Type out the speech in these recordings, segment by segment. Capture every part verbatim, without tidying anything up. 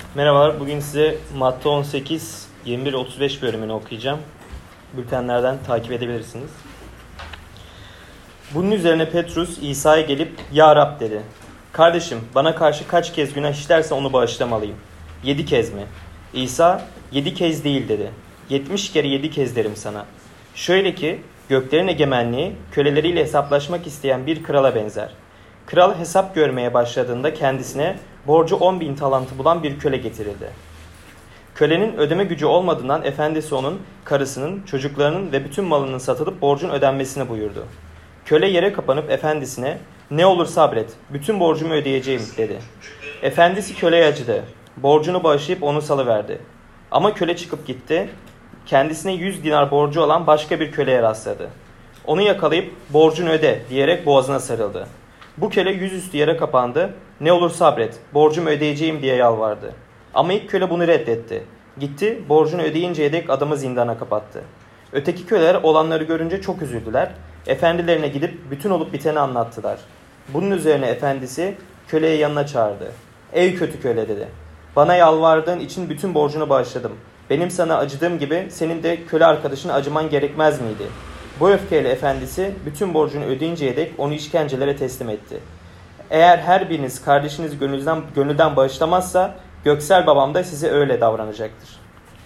Merhabalar, bugün size Matta on sekiz yirmi bir otuz beş bölümünü okuyacağım. Bültenlerden takip edebilirsiniz. Bunun üzerine Petrus İsa'ya gelip "Ya Rab" dedi. "Kardeşim, bana karşı kaç kez günah işlerse onu bağışlamalıyım. Yedi kez mi?" İsa, "Yedi kez değil" dedi. "Yetmiş kere yedi kez derim sana." Şöyle ki, göklerin egemenliği köleleriyle hesaplaşmak isteyen bir krala benzer. Kral hesap görmeye başladığında kendisine borcu on bin talantı bulan bir köle getirildi. Kölenin ödeme gücü olmadığından efendisi onun karısının, çocuklarının ve bütün malının satılıp borcun ödenmesini buyurdu. Köle yere kapanıp efendisine "Ne olur sabret, bütün borcumu ödeyeceğim" dedi. Efendisi köleye acıdı. Borcunu bağışlayıp onu salıverdi. Ama köle çıkıp gitti. Kendisine yüz dinar borcu olan başka bir köleye rastladı. Onu yakalayıp "Borcunu öde" diyerek boğazına sarıldı. Bu köle yüzüstü yere kapandı. "Ne olur sabret, borcumu ödeyeceğim" diye yalvardı. Ama ilk köle bunu reddetti. Gitti, borcunu ödeyinceye dek adamı zindana kapattı. Öteki köleler olanları görünce çok üzüldüler. Efendilerine gidip bütün olup biteni anlattılar. Bunun üzerine efendisi köleyi yanına çağırdı. "Ey kötü köle" dedi. "Bana yalvardığın için bütün borcunu bağışladım. Benim sana acıdığım gibi senin de köle arkadaşına acıman gerekmez miydi?" Bu öfkeyle efendisi bütün borcunu ödeyinceye dek onu işkencelere teslim etti. Eğer her biriniz kardeşinizi gönülden, gönülden bağışlamazsa göksel babam da size öyle davranacaktır.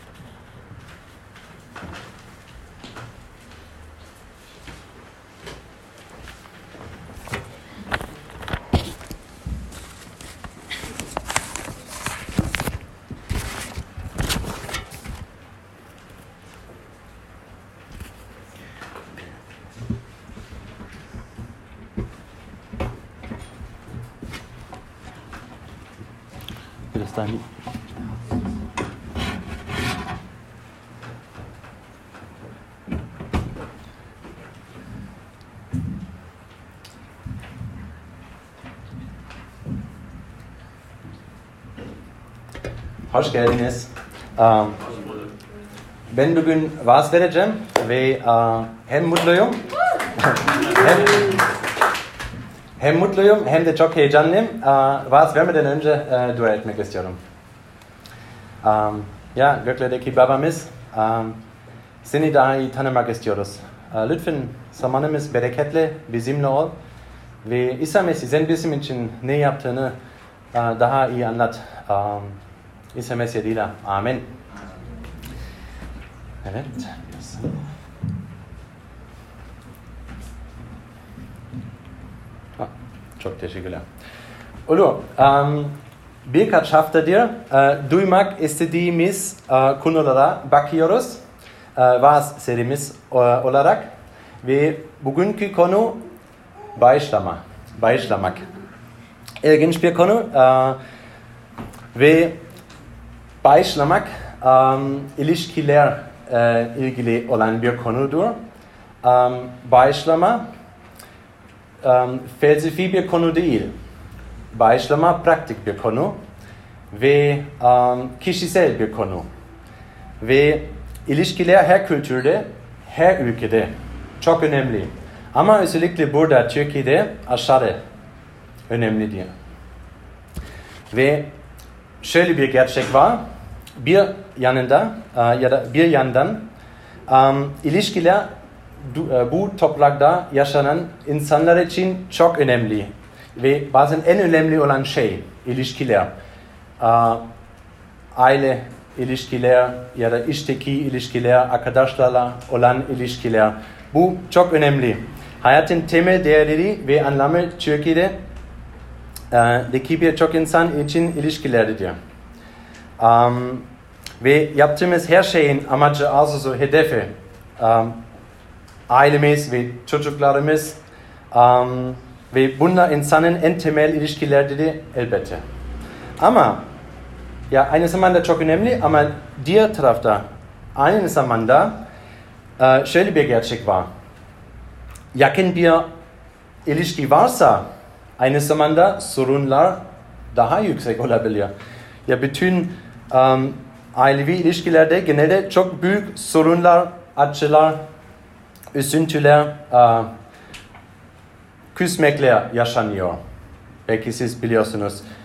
Biraz Hoş geldiniz. Um, ben bugün vaaz vereceğim ve uh, hem mutluyum hem, hem mutluyum hem de çok heyecanlıyım. Uh, vaaz vermeden önce uh, dua etmek istiyorum. Um, ya göklerdeki babamız, um, seni daha iyi tanımak istiyoruz. Uh, lütfen zamanımız bereketli, bizimle ol ve İsa Mesih sen bizim için ne yaptığını uh, daha iyi anlat. Um, İsa Mesih adıyla. Amin. Evet. Ah, çok teşekkürler. Ulu, um, birkaç haftadır uh, duymak istediğimiz uh, konulara bakıyoruz. Uh, vaaz serimiz uh, olarak. Ve bugünkü konu bağışlama. Bağışlamak. İlginç bir konu. Uh, ve Bağışlamak um, ilişkiler e, ilgili olan bir konudur. Um, bağışlama um, felsefi bir konu değil. Bağışlama pratik bir konu ve um, kişisel bir konu. Ve ilişkiler her kültürde, her ülkede çok önemli. Ama özellikle burada Türkiye'de aşırı önemlidir. Ve şöyle bir gerçek var. Bir yanında ya da bir yandan um, ilişkiler bu toprakta yaşanan insanlar için çok önemli ve bazen en önemli olan şey ilişkiler, uh, aile ilişkiler ya da işteki ilişkiler, arkadaşlarla olan ilişkiler, bu çok önemli. Hayatın temel değerleri ve anlamı Türkiye'de uh, deki birçok insan için ilişkilerdir. Um, ve yaptığımız her şeyin amacı, arzusu, hedefi um, ailemiz ve çocuklarımız um, ve bunlar insanın en temel ilişkileridir elbette. Ama ya aynı zamanda çok önemli ama diğer tarafta aynı zamanda uh, şöyle bir gerçek var. Yakın bir ilişki varsa aynı zamanda sorunlar daha yüksek olabilir. Ya bütün um, ailevi ilişkilerde genelde çok büyük sorunlar, acılar, üzüntüler, uh, küsmekler yaşanıyor. Belki siz biliyorsunuz.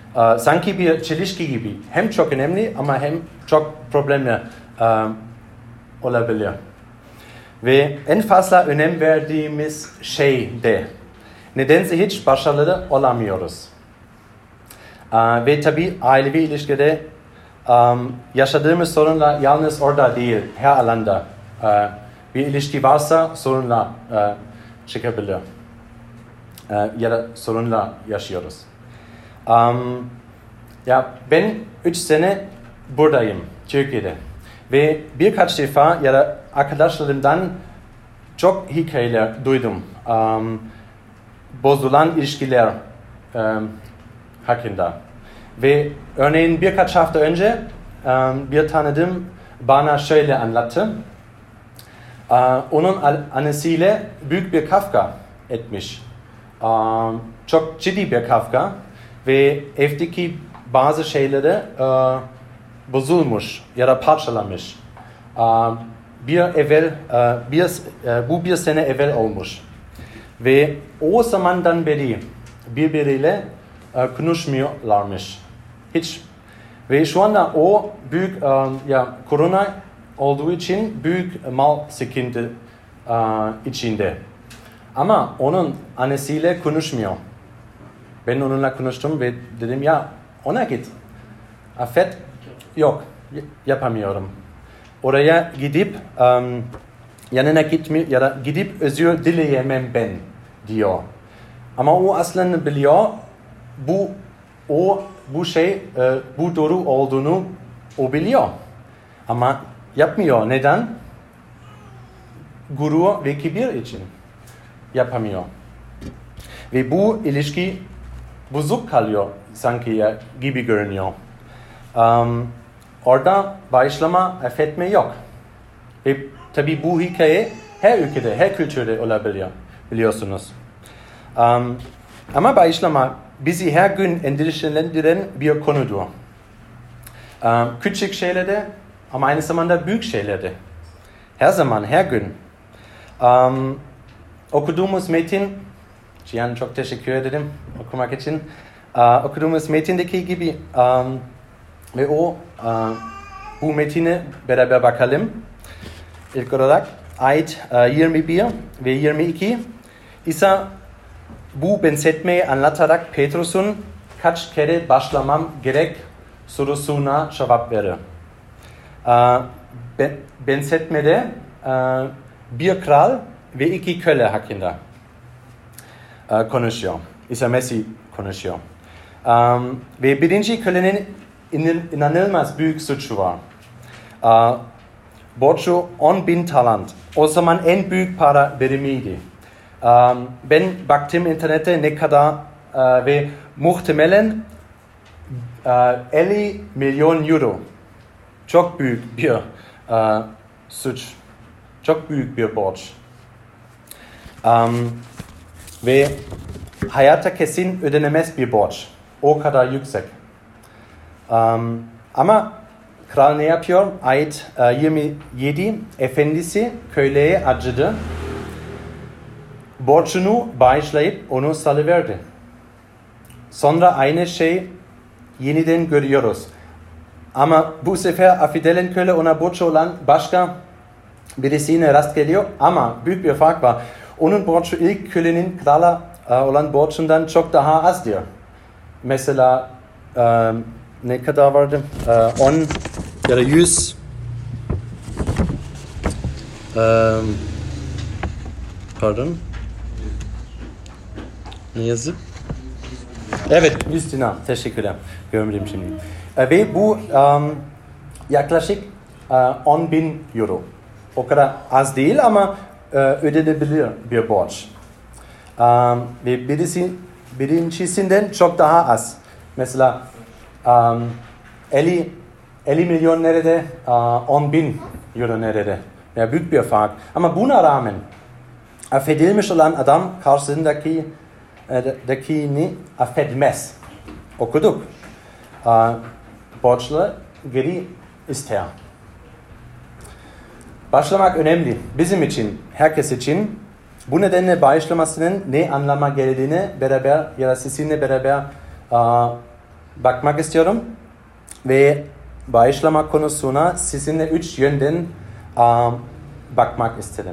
uh, sanki bir çelişki gibi. Hem çok önemli ama hem çok problemli uh, olabilir. Ve en fazla önem verdiğimiz şey de nedense hiç başarılı olamıyoruz. Uh, ve tabii ailevi ilişkide um, yaşadığımız sorunlar yalnız orada değil, her alanda. Uh, bir ilişki varsa sorunlar uh, çıkabilir. Uh, ya da sorunlar yaşıyoruz. Um, ya ben üç sene buradayım, Türkiye'de. Ve birkaç defa ya da arkadaşlarımdan çok hikayeler duydum. Um, bozulan ilişkiler um, hakkında. Ve örneğin birkaç hafta önce um, bir tanıdığım bana şöyle anlattı. Uh, onun annesiyle büyük bir kavga etmiş. Um, çok ciddi bir kavga. Ve evdeki bazı şeyleri uh, bozulmuş ya da parçalamış. Uh, bir evvel, uh, bir, uh, bu bir sene evvel olmuş. Ve o zamandan beri birbiriyle uh, konuşmuyorlarmış. Hiç. Ve şu anda o büyük um, ya korona olduğu için büyük mal sıkıntı uh, içinde. Ama onun annesiyle konuşmuyor. Ben onunla konuştum ve dedim ya ona git. Affet. Yok. Yapamıyorum. Oraya gidip um, yanına gitmiyor ya da gidip özür dileyemem ben diyor. Ama o aslında biliyor bu o bu şey e, bu doğru olduğunu o biliyor. Ama yapmıyor. Neden? Gurur ve kibir için yapamıyor. Ve bu ilişki bozuk kalıyor sanki gibi görünüyor. Um, orada bağışlama, affetme yok. Ve tabi bu hikaye her ülkede, her kültürde olabiliyor, biliyorsunuz. Um, ama bağışlama bizi her gün endişelendiren bir konudur. Um, küçük şeylerde ama aynı zamanda büyük şeylerde. Her zaman, her gün. Um, okuduğumuz metin, Cihan çok teşekkür ederim okumak için. Uh, okuduğumuz metindeki gibi um, ve o uh, bu metine beraber bakalım. İlk olarak ayet uh, yirmi bir ve yirmi iki. İsa bu benzetmeyi anlatarak Petrus'un kaç kere başlamam gerek sorusuna cevap verir. Uh, ben, benzetmede uh, bir kral ve iki köle hakkında uh, konuşuyor. İsa Mesih konuşuyor. Um, ve birinci kölenin inanılmaz büyük suçu var. Uh, borcu on bin talant. O zaman en büyük para birimiydi. Um, ben baktım internette ne kadar uh, ve muhtemelen uh, elli milyon euro. Çok büyük bir uh, suç. Çok büyük bir borç. Um, ve hayatta kesin ödenemez bir borç. O kadar yüksek. Um, ama kral ne yapıyor? Ayet uh, yirmi yedi. Efendisi köylüye acıdı. Borcunu bağışlayıp onu salıverdi. Sonra aynı şey yeniden görüyoruz. Ama bu sefer affedilen köle ona borç olan başka birisine rast geliyor. Ama büyük bir fark var. Onun borcu ilk kölenin krala uh, olan borcundan çok daha az diyor. Mesela um, ne kadar vardı? Uh, on ya da yüz um, pardon ne yazık? Evet, yüz dinar. Teşekkürler. Görmedim şimdi. Uh, ve bu um, yaklaşık uh, on bin euro. O kadar az değil ama uh, ödenebilir bir borç. Um, ve birisi, birincisinden çok daha az. Mesela um, elli, elli milyon nerede, uh, on bin euro nerede. Ya büyük bir fark. Ama buna rağmen affedilmiş olan adam karşısındaki dakini affetmez. Okuduk. Uh, borçlu geri ister. Bağışlamak önemli. Bizim için, herkes için. Bu nedenle bağışlamasının ne anlama geldiğini beraber ya da sizinle beraber uh, bakmak istiyorum ve bağışlama konusuna sizinle üç yönden um, bakmak istedim.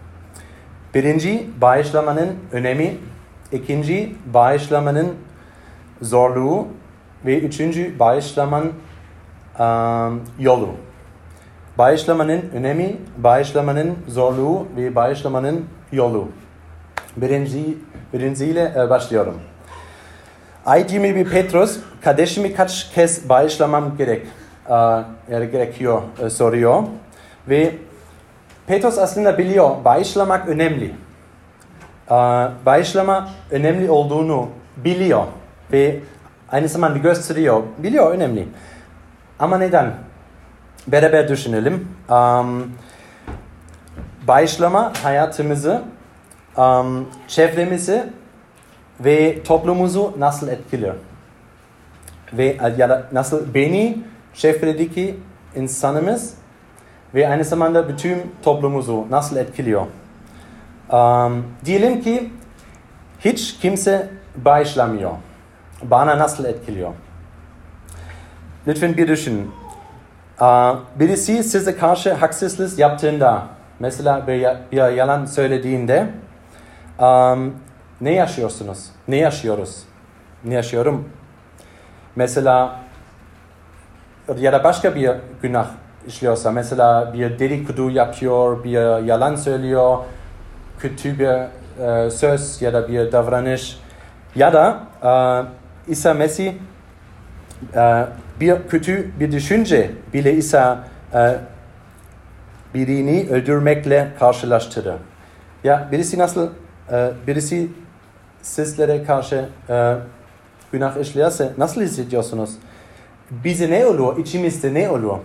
Birinci, bağışlamanın önemi. İkinci, bağışlamanın zorluğu. Ve üçüncü, bağışlamanın um, yolu. Bağışlamanın önemi, bağışlamanın zorluğu ve bağışlamanın yolu. Birinci, birinciyle e, başlıyorum. Ayet yirmi bir Petrus, kardeşimi kaç kez bağışlamam gerek, e, gerekiyor e, soruyor. Ve Petrus aslında biliyor, bağışlamak önemli. E, bağışlama önemli olduğunu biliyor ve aynı zamanda gösteriyor. Biliyor, önemli. Ama neden? Beraber düşünelim. Um, bağışlama hayatımızı, um, çevremizi ve toplumumuzu nasıl etkiliyor? Ve ya da nasıl beni, çevredeki insanımız ve aynı zamanda bütün toplumumuzu nasıl etkiliyor? Um, diyelim ki hiç kimse bağışlamıyor. Bana nasıl etkiliyor? Lütfen bir düşünün. Uh, birisi size karşı haksızlık yaptığında, mesela bir, bir yalan söylediğinde um, ne yaşıyorsunuz? Ne yaşıyoruz? Ne yaşıyorum? Mesela ya da başka bir günah işliyorsa, mesela bir dedikodu yapıyor, bir yalan söylüyor, kötü bir uh, söz ya da bir davranış ya da uh, İsa Mesih uh, bir kötü bir düşünce bile ise uh, birini öldürmekle karşılaştırır. Ya birisi nasıl, uh, birisi sizlere karşı uh, günah işlerse nasıl hissediyorsunuz? Bize ne oluyor? İçimizde ne oluyor?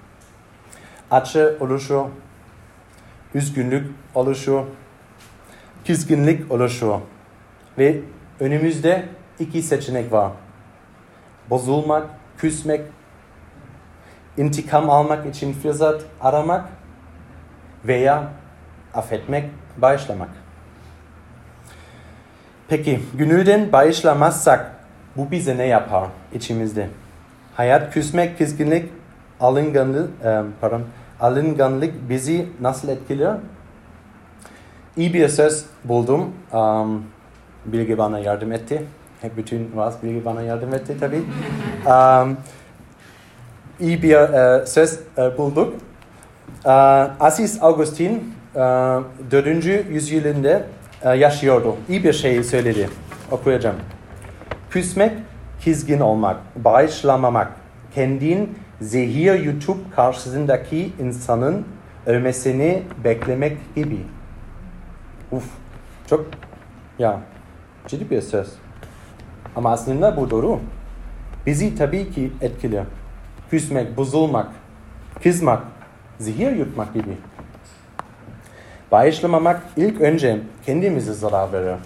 Acı oluşuyor, üzgünlük oluşuyor, kızgınlık oluşuyor. Ve önümüzde iki seçenek var. Bozulmak, küsmek, intikam almak için fırsat aramak veya affetmek, bağışlamak. Peki, gönülden bağışlamazsak bu bize ne yapar içimizde? Hayat, küsmek, kızgınlık, alınganlık, e, pardon, alınganlık bizi nasıl etkiliyor? İyi bir söz buldum. Um, Bilge bana yardım etti. Hep bütün vaaz Bilge bana yardım etti tabii. Um, iyi bir uh, söz uh, bulduk. Uh, Aziz Augustin uh, dördüncü yüzyılında uh, yaşıyordu. İyi bir şey söyledi. Okuyacağım. Küsmek, kızgın olmak, bağışlamamak, kendin zehir yutup karşısındaki insanın ölmesini beklemek gibi. Uf, çok ya ciddi bir söz. Ama aslında bu doğru. Bizi tabii ki etkiliyor. Küsmek, bozulmak, kızmak, zehir yutmak gibi. Bağışlamamak ilk önce kendimize zarar veriyor.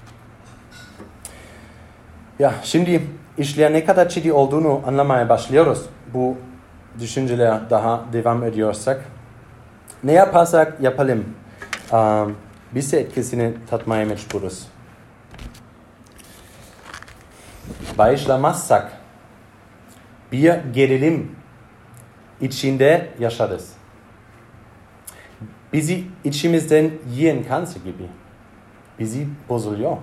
Ya şimdi işler ne kadar ciddi olduğunu anlamaya başlıyoruz. Bu düşünceler daha devam ediyorsak. Ne yaparsak yapalım. Um, bize etkisini tatmaya mecburuz. Bağışlamazsak bir gerilim içinde yaşarız. Bizi içimizden yiyen kanser gibi. Bizi bozuluyor.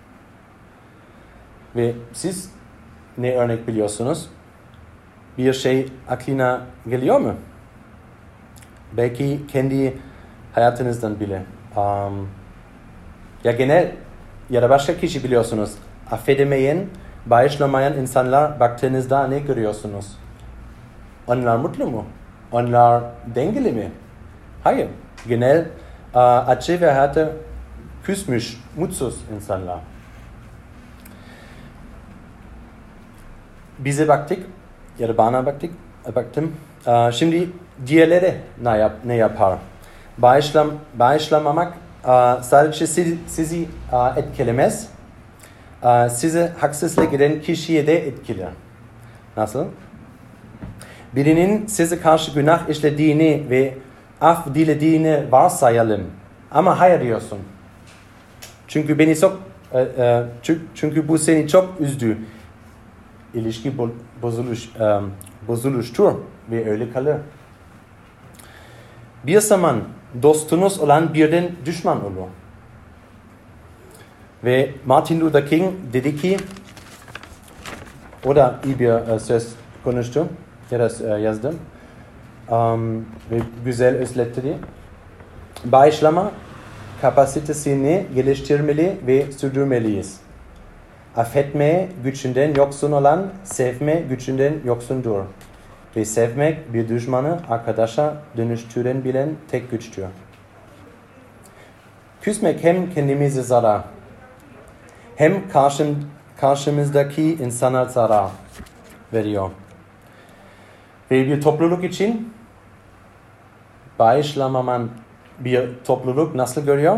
Ve siz ne örnek biliyorsunuz? Bir şey aklına geliyor mu? Belki kendi hayatınızdan bile. Um, ya genel ya da başka kişi biliyorsunuz. Affedemeyen, bağışlamayan insanlar baktığınızda ne görüyorsunuz? Onlar mutlu mu? Onlar dengeli mi? Hayır. Genel uh, acı ve hayatı küsmüş, mutsuz insanlar. Bize baktık, ya da bana baktık, baktım. Uh, şimdi diğerleri ne, yap, ne yapar? Bağışlam, bağışlamamak uh, sadece sizi, sizi uh, etkilemez. Uh, size haksızlık eden kişiye de etkiler. Nasıl? Birinin size karşı günah işlediğini ve af dilediğini varsayalım. Ama hayır diyorsun. Çünkü beni çok, uh, uh, çünkü bu seni çok üzdü. ilişki bozuluş, e, bozuluştur ve öyle kalır. Bir zaman dostunuz olan birden düşman olur. Ve Martin Luther King dedi ki, o da iyi bir söz konuştu, ya da yazdı um, ve güzel özetledi. Bağışlama kapasitesini geliştirmeli ve sürdürmeliyiz. Affetmeye gücünden yoksun olan, sevme gücünden yoksundur. Ve sevmek bir düşmanı arkadaşa dönüştürebilen tek güçtür. Küsmek hem kendimize zarar, hem karşım, karşımızdaki insana zarar veriyor. Ve bir topluluk için bağışlamaman bir topluluk nasıl görüyor?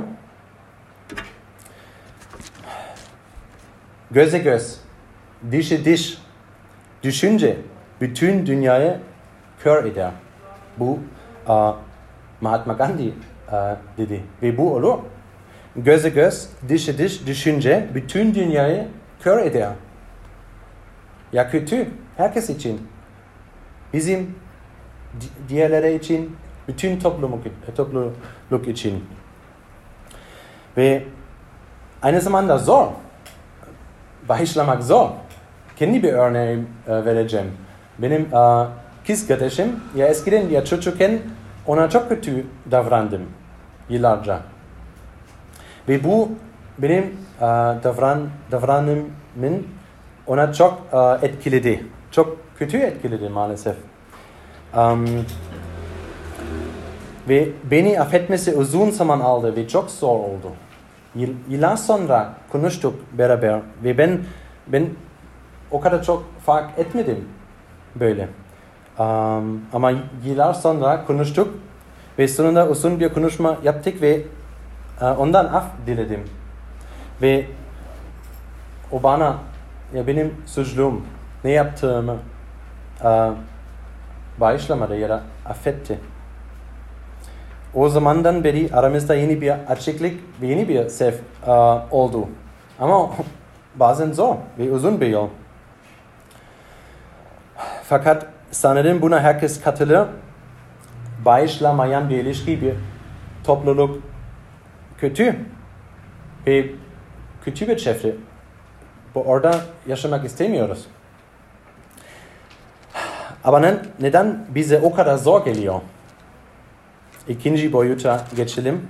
Göze göz, dişe diş, düşünce bütün dünyayı kör eder. Bu uh, Mahatma Gandhi uh, dedi. Ve bu olur. Göze göz, dişe diş, düşünce bütün dünyayı kör eder. Ya kötü, herkes için. Bizim, diğerleri için, bütün topluluk, topluluk için. Ve aynı zamanda zor. Bağışlamak zor. Kendi bir örneği e, vereceğim. Benim e, kız kardeşim, ya eskiden ya çocukken ona çok kötü davrandım. Yıllarca. Ve bu benim e, davran, davranımın ona çok e, etkiledi. Çok kötü etkiledi maalesef. Um, ve beni affetmesi uzun zaman aldı ve çok zor oldu. Yıllar sonra konuştuk beraber ve ben ben o kadar çok fark etmedim böyle. Um, ama yıllar sonra konuştuk ve sonunda uzun bir konuşma yaptık ve uh, ondan af diledim. Ve o bana ya benim suçluğum, ne yaptığımı uh, bağışlamadı ya da affetti. O zamandan beri aramızda yeni bir açıklık ve yeni bir sevgi uh, oldu. Ama bazen zor ve uzun bir yol. Fakat sanırım buna herkes katılır. Bağışlamayan bir ilişki, bir topluluk kötü ve kötü bir çevre. Bu orada yaşamak istemiyoruz. Ama neden bize o kadar zor geliyor? İkinci boyuta geçelim.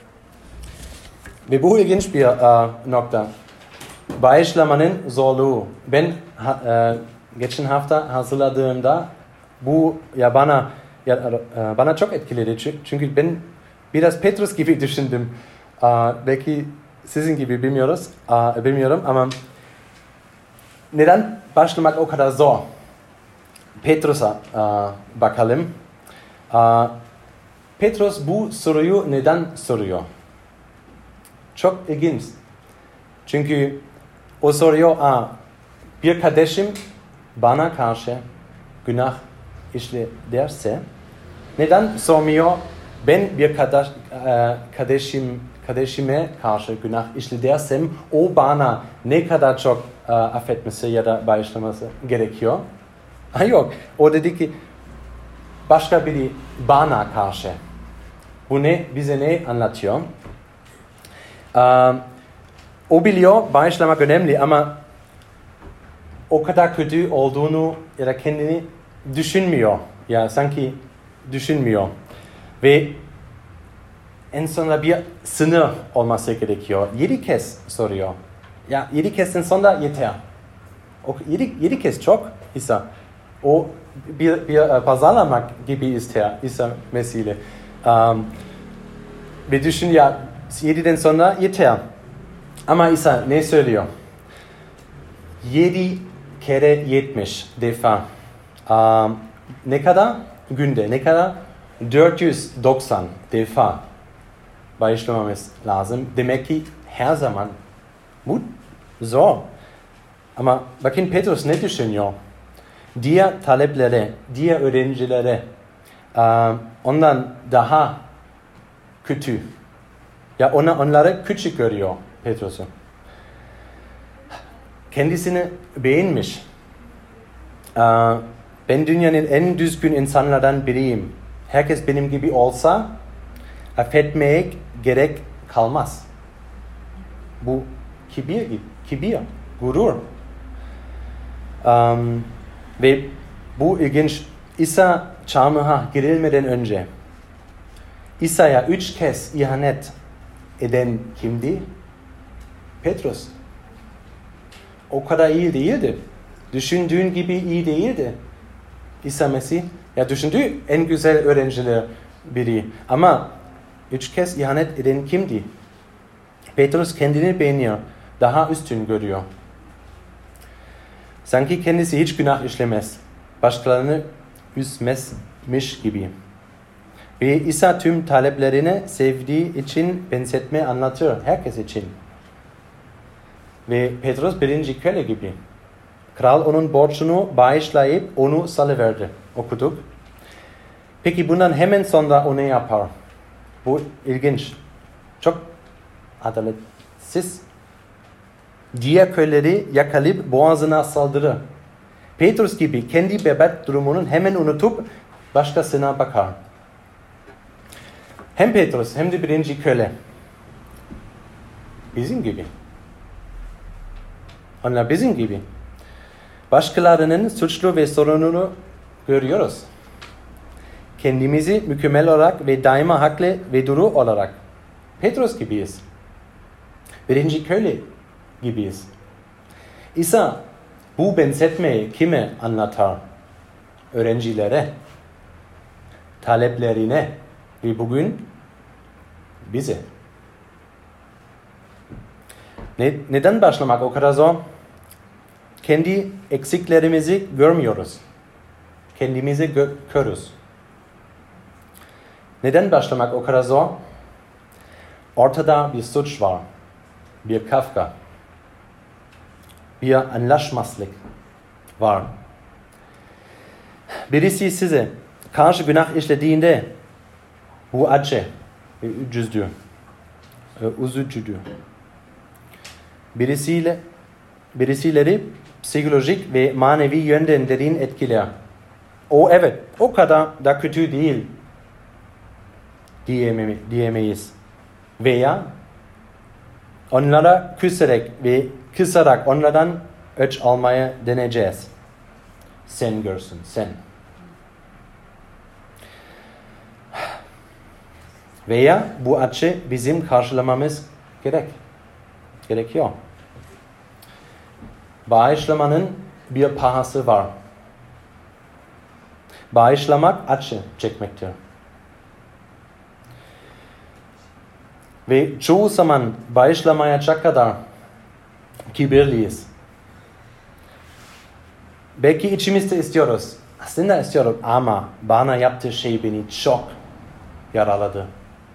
Ve bu ilginç bir uh, nokta. Bağışlamanın zorluğu. Ben ha, uh, geçen hafta hazırladığımda bu ya bana ya, uh, bana çok etkiledi. Çünkü ben biraz Petrus gibi düşündüm. Uh, belki sizin gibi bilmiyoruz, uh, bilmiyorum ama neden başlamak o kadar zor? Petrus'a uh, bakalım. Uh, Petrus bu soruyu neden soruyor? Çok ilginç. Çünkü o soruyor, Aa, bir kardeşim bana karşı günah işlerse, neden sormuyor? Ben bir kardeş, kardeşim, kardeşime karşı günah işlersem, o bana ne kadar çok uh, affetmesi ya da bağışlaması gerekiyor? Ha, yok. O dedi ki, başka biri bana karşı. Bu ne, bize ne anlatıyor? Uh, o biliyor, bağışlamak önemli ama o kadar kötü olduğunu ya da kendini düşünmüyor. Ya sanki düşünmüyor. Ve en sonunda bir sınır olması gerekiyor. Yedi kez soruyor. Ya yedi kezden sonra yeter. O, yedi, yedi kez çok ise o bir, bir pazarlamak gibi ister, ise mesele. Um, ve düşün ya yediden sonra yeter. Ama İsa ne söylüyor? Yedi kere yetmiş defa. Um, ne kadar? Günde ne kadar? dört yüz doksan defa bağışlamamız lazım. Demek ki her zaman bu zor. Ama bakın Petrus ne düşünüyor? Diğer taleplere, diğer öğrencilere um, ondan daha kötü. Ya ona, onları küçük görüyor Petrus'u. Kendisini beğenmiş. Ee, ben dünyanın en düzgün insanlardan biriyim. Herkes benim gibi olsa affetmeye gerek kalmaz. Bu kibir, kibir, gurur. Um, ve bu ilginç. İsa çarmıha girilmeden önce İsa'ya üç kez ihanet eden kimdi? Petrus. O kadar iyi değildi. Düşündüğün gibi iyi değildi. İsa Mesih, ya düşündüğü en güzel öğrenciler biri. Ama üç kez ihanet eden kimdi? Petrus kendini beğeniyor. Daha üstün görüyor. Sanki kendisi hiç günah işlemez. Başkalarını üzmezmiş gibi. Ve İsa tüm taleplerini sevdiği için benzetme anlatıyor. Herkes için. Ve Petrus birinci köle gibi. Kral onun borcunu bağışlayıp onu salıverdi. Okuduk. Peki bundan hemen sonra o ne yapar? Bu ilginç. Çok adaletsiz. Diğer köleleri yakalayıp boğazına saldırır. Petrus gibi kendi berbat durumunun hemen unutup başkasına bakar. Hem Petrus hem de birinci köle. Bizim gibi. Onlar bizim gibi. Başkalarının suçlu ve sorununu görüyoruz. Kendimizi mükemmel olarak ve daima haklı ve doğru olarak Petrus gibiyiz. Birinci köle gibiyiz. İsa bu benzetmeyi kime anlatar? Öğrencilere, taleplerine ve bugün bize. Ne, neden başlamak o kadar zor? Kendi eksiklerimizi görmüyoruz. Kendimizi gö- görürüz. Neden başlamak o kadar zor? Ortada bir suç var. Bir Kafka. Bir anlaşmazlık var. Birisi size karşı günah işlediğinde bu acı ve üzücüdür. Üzücüdür. Birisiyle, birisileri psikolojik ve manevi yönden derin etkiler. O evet, o kadar da kötü değil diyeme, diyemeyiz. Veya onlara küserek ve kısarak onlardan öç almaya deneyeceğiz. Sen görsün, sen. Veya bu acı bizim karşılamamız gerek. Gerekiyor. Bağışlamanın bir pahası var. Bağışlamak acı çekmektir. Ve çoğu zaman bağışlamayacak kadar kibirliyiz. Belki içimizde istiyoruz. Aslında istiyorum ama bana yaptığı şey beni çok yaraladı.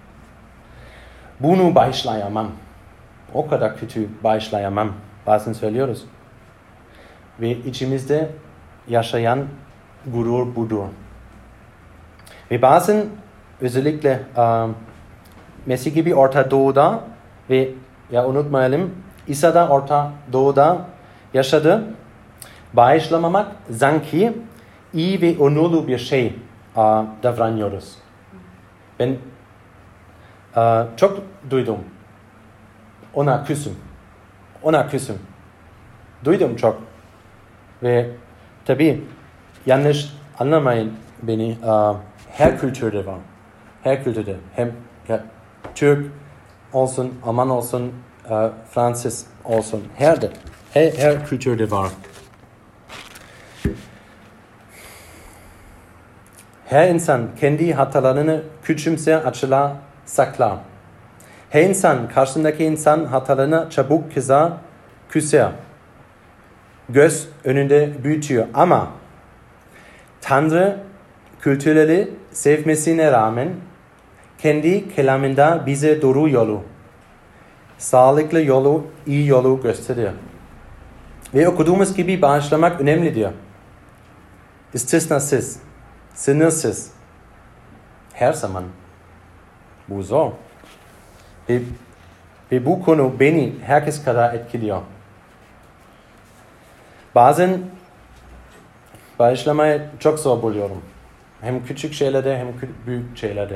Bunu bağışlayamam. O kadar kötü bağışlayamam. Bazen söylüyoruz. Ve içimizde yaşayan gurur budur. Ve bazen özellikle um, Mesih gibi Orta Doğu'da ve ya unutmayalım İsa da Orta Doğu'da yaşadı. Bağışlamamak sanki iyi ve onurlu bir şey uh, davranıyoruz. Ben uh, çok duydum. Ona küsüm. Ona küsüm. Duydum çok. Ve tabii yanlış anlamayın beni. Uh, her kültürde var. Her kültürde. Hem ya, Türk olsun, Alman olsun, uh, Fransız olsun. Her, de, her, her kültürde var. Her insan kendi hatalarını küçümser, açılar, saklar. Her insan karşısındaki insan hatalarını çabuk kızar, küser. Göz önünde büyütüyor ama Tanrı kültürleri sevmesine rağmen kendi kelamında bize doğru yolu, sağlıklı yolu, iyi yolu gösteriyor. Ve okuduğumuz gibi bağışlamak önemlidir. İstisnasız, sınırsız. Her zaman. Bu zor. Ve, ve bu konu beni herkes kadar etkiliyor. Bazen Bağışlamayı çok zor buluyorum. Hem küçük şeylerde hem büyük şeylerde.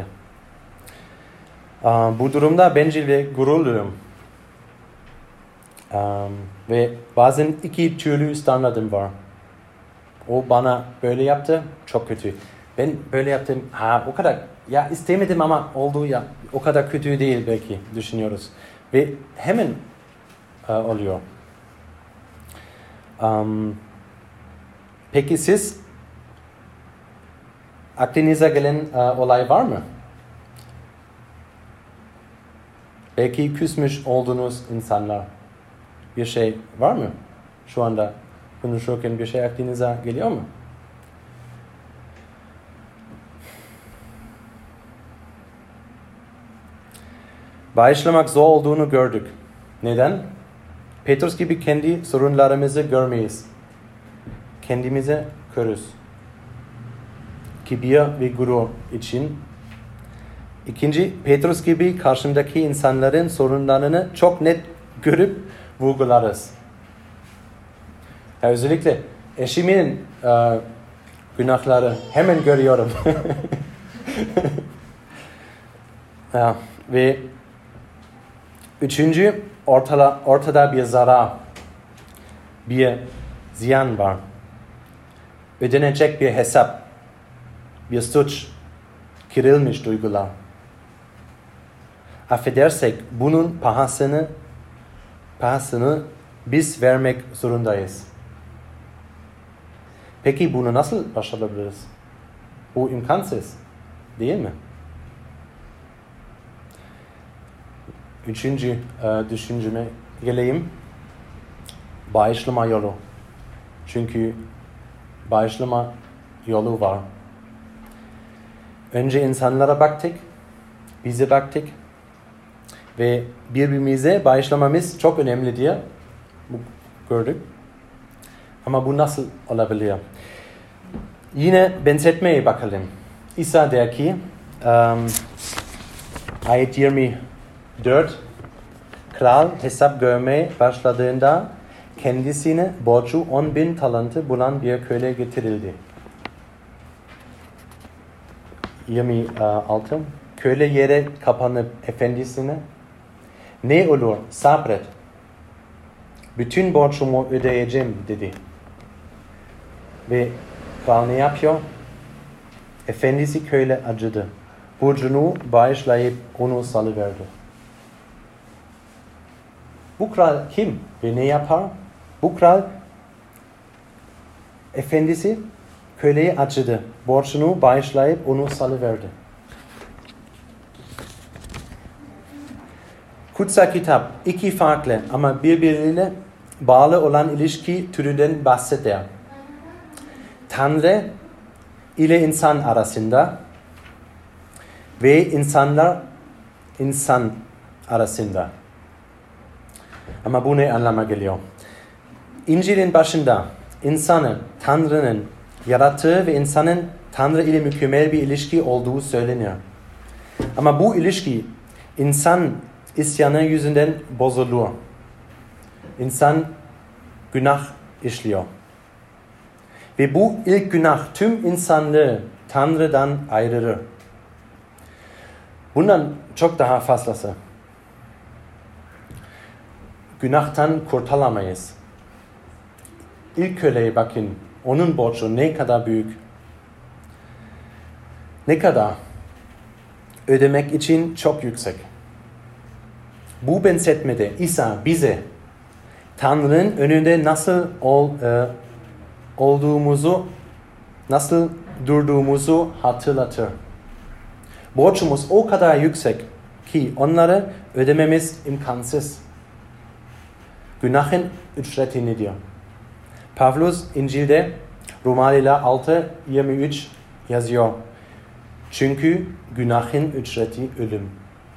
Bu durumda bencil ve gururluyum. Ve bazen iki türlü standardım var. O bana böyle yaptı, çok kötü. Ben böyle yaptım, ha o kadar, ya istemedim ama oldu ya, o kadar kötü değil belki düşünüyoruz. Ve hemen uh, oluyor. Um, peki siz, aklınıza gelen uh, olay var mı? Belki küsmüş olduğunuz insanlar. Bir şey var mı? Şu anda konuşurken bir şey aklınıza geliyor mu? Bağışlamak zor olduğunu gördük. Neden? Petrus gibi kendi sorunlarımızı görmeyiz. Kendimize körüz. Kibir ve gurur için. İkinci, Petrus gibi karşımdaki insanların sorunlarını çok net görüp vurgularız. Ya özellikle eşimin e, günahları hemen görüyorum. ya, ve üçüncü, ortada, ortada bir zarar, bir ziyan var. Ödenecek bir hesap, bir suç, kırılmış duygular. Affedersek bunun pahasını, pahasını biz vermek zorundayız. Peki bunu nasıl başarabiliriz? Bu imkansız, değil mi? Üçüncü e, düşünceme geleyim. Bağışlama yolu. Çünkü bağışlama yolu var. Önce insanlara baktık, bize baktık ve birbirimize bağışlamamız çok önemli diye gördük. Ama bu nasıl olabilir? Yine benzetmeye bakalım. İsa der ki, um, ayet yirmi dört, kral hesap görmeye başladığında kendisine borcu on bin talantı bulan bir köle getirildi. yirmi altı, köle yere kapanıp efendisine, ne olur sabret, bütün borcumu ödeyeceğim dedi. Ve kral ne yapıyor? Efendisi köle acıdı. Borcunu bağışlayıp onu salıverdi. Bu kral kim ve ne yapar? Bu kral efendisi köleyi acıdı. Borcunu bağışlayıp onu salıverdi. Kutsal kitap iki farklı ama birbirine bağlı olan ilişki türünden bahseder. Tanrı ile insan arasında ve insanlar insan arasında. Ama bu ne anlama geliyor? İncil'in başında insanın Tanrı'nın yarattığı ve insanın Tanrı ile mükemmel bir ilişki olduğu söyleniyor. Ama bu ilişki insan isyanı yüzünden bozuluyor. İnsan günah işliyor. Ve bu ilk günah tüm insanlığı Tanrı'dan ayırır. Bundan çok daha fazlası. Günahtan kurtulamayız. İlk köleye bakın. Onun borcu ne kadar büyük. Ne kadar ödemek için çok yüksek. Bu benzetmede İsa bize Tanrı'nın önünde nasıl ol, e, olduğumuzu, nasıl durduğumuzu hatırlatır. Borcumuz o kadar yüksek ki onları ödememiz imkansız. Günahın ücreti diyor. Pavlus İncil'de Romalılar altı yirmi üç yazıyor. Çünkü günahın ücreti ölüm.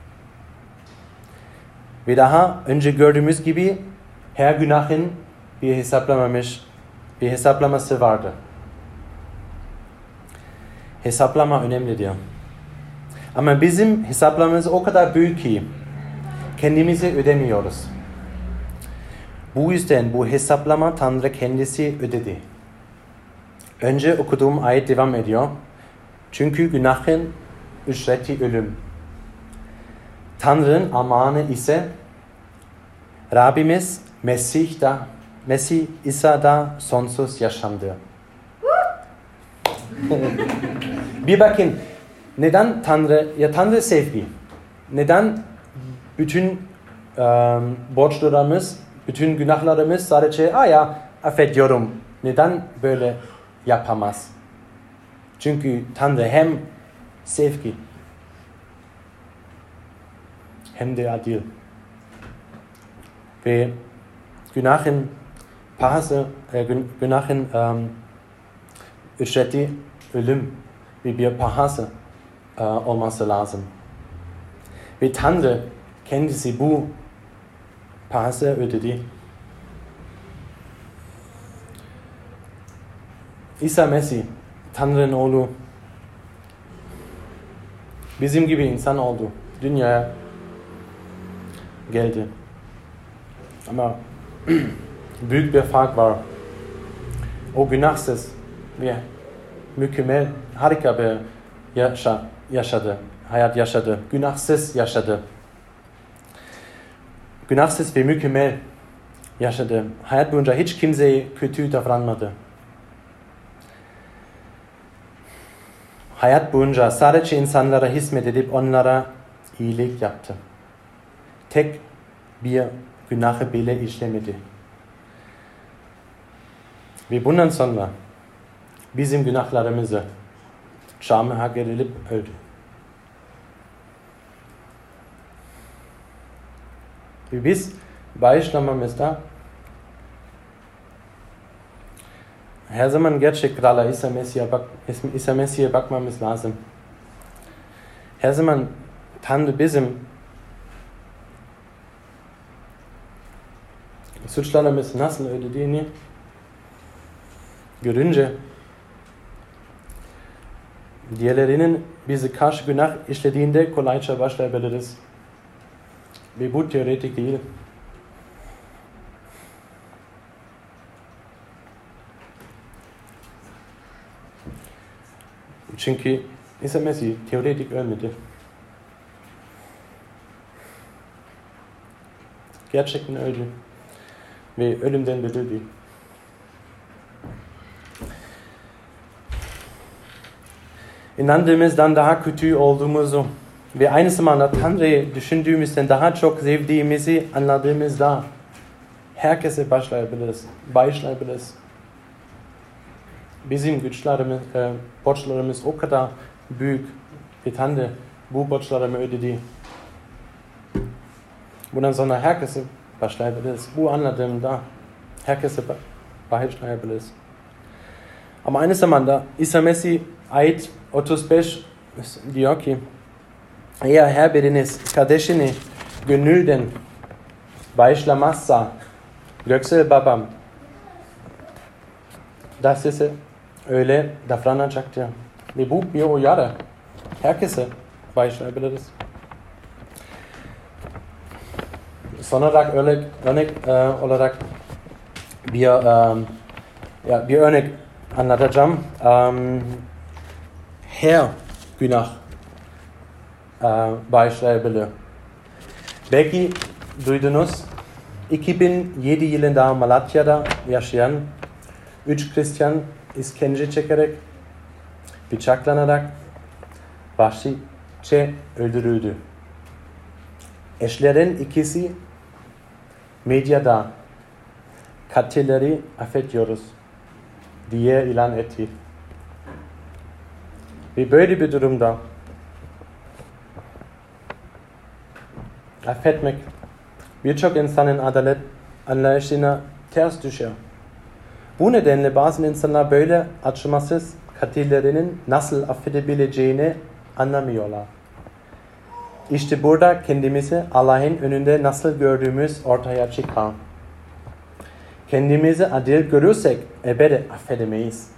Ve daha önce gördüğümüz gibi her günahın bir hesaplamamış, bir hesaplaması vardı. Hesaplama önemli diyor. Ama bizim hesaplamamız o kadar büyük ki kendimizi ödemiyoruz. Bu yüzden bu hesaplama Tanrı kendisi ödedi. Önce okuduğum ayet devam ediyor. Çünkü günahın ücreti ölüm. Tanrı'nın amanı ise Rabbimiz Mesih'da, Mesih İsa'da sonsuz yaşamdır. Bir bakın, neden Tanrı, ya Tanrı sevgi? Neden bütün um, borçlarımız, bütün günahlarımız sadece "Aa ya, affediyorum." Neden böyle yapamaz? Çünkü Tanrı hem sevgi hem de adil. Ve günahın pahası, e, günahın um, ücreti ölüm ve bir pahası uh, olması lazım. Ve Tanrı kendisi bu pahası ödedi. İsa Mesih, Tanrı'nın oğlu, bizim gibi insan oldu. Dünyaya geldi. Ama büyük bir fark var. O günahsız ve mükemmel, harika bir yaşa, yaşadı. Hayat yaşadı. Günahsız yaşadı. Günahsız ve mükemmel yaşadı. Hayat boyunca hiç kimseye kötü davranmadı. Hayat boyunca sadece insanlara hizmet edip onlara iyilik yaptı. Tek bir günahı bile işlemedi. Ve bundan sonra bizim günahlarımızı çarmıha hak edilip öldü. Ve biz bağışlamamızda her zaman gerçek krala İsa Mesih'e bak, İsa Mesih'e bakmamız lazım. Her zaman Tanrı bizim suçlarımız nasıl ödediğini görünce diğerlerinin bize karşı günah işlediğinde kolayca başlayabiliriz. Ve bu teoretik değil. Çünkü İsa Mesih teoretik ölmedi. Gerçekten öldü. Ve ölümden dirildi. İnandığımızdan daha kötü olduğumuzu ve aynı zamanda Tanrı'yı düşündüğümüzden daha çok sevdiğimizi anladığımızda herkese başlayabiliriz, bağışlayabiliriz. Bizim güçlerimiz, e, borçlarımız o kadar büyük ve Tanrı bu borçlarımı ödedi. Bundan sonra herkese başlayabiliriz. Bu anladığımda herkese bağışlayabiliriz. Ama aynı zamanda İsa Mesih ayet otuz beş diyor ki eğer her biriniz kardeşini gönülden bağışlamazsa Göksel Babam da size öyle davranacaktır. Ve bu bir uyarı. Herkese bağışlayabiliriz. Son olarak örnek, örnek e, olarak bir, um, ya, bir örnek anlatacağım. Um, her günah uh, bağışlayabilir. Belki duydunuz, iki bin yedi yılında Malatya'da yaşayan üç Hristiyan işkence çekerek, bıçaklanarak vahşice öldürüldü. Eşlerin ikisi medyada katilleri affediyoruz diye ilan etti. Ve böyle bir durumda affetmek birçok insanın adalet anlayışına ters düşer. Bu nedenle bazı insanlar böyle acımasız katillerinin nasıl affedebileceğini anlamıyorlar. İşte burada kendimizi Allah'ın önünde nasıl gördüğümüz ortaya çıkar. Kendimizi adil görürsek ebede affedemeyiz.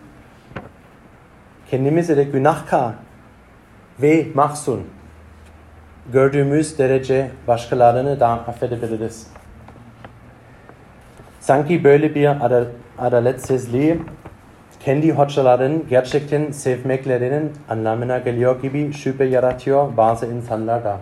Kendimizi de günahkar ve mahzun gördüğümüz derece başkalarını da affedebiliriz. Sanki böyle bir adaletsizliği kendi hocaların gerçekten sevmeklerinin anlamına geliyor gibi şüphe yaratıyor bazı insanlarda.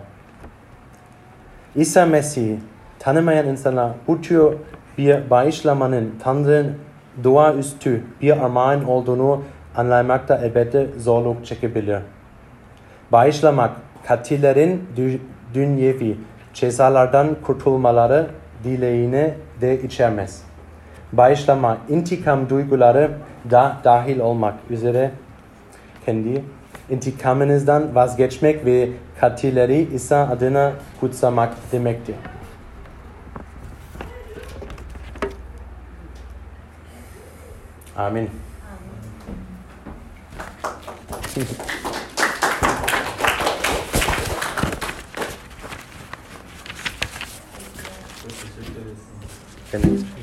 İsa Mesih tanımayan insana bu tür bir bağışlamanın Tanrı'nın doğaüstü bir armağan olduğunu anlamakta elbette zorluk çekebilir. Bağışlamak, katillerin dünyevi cezalardan kurtulmaları dileğini de içermez. Bağışlama, intikam duyguları da dahil olmak üzere kendi intikamınızdan vazgeçmek ve katilleri İsa adına kutsamak demektir. Amin. Amin.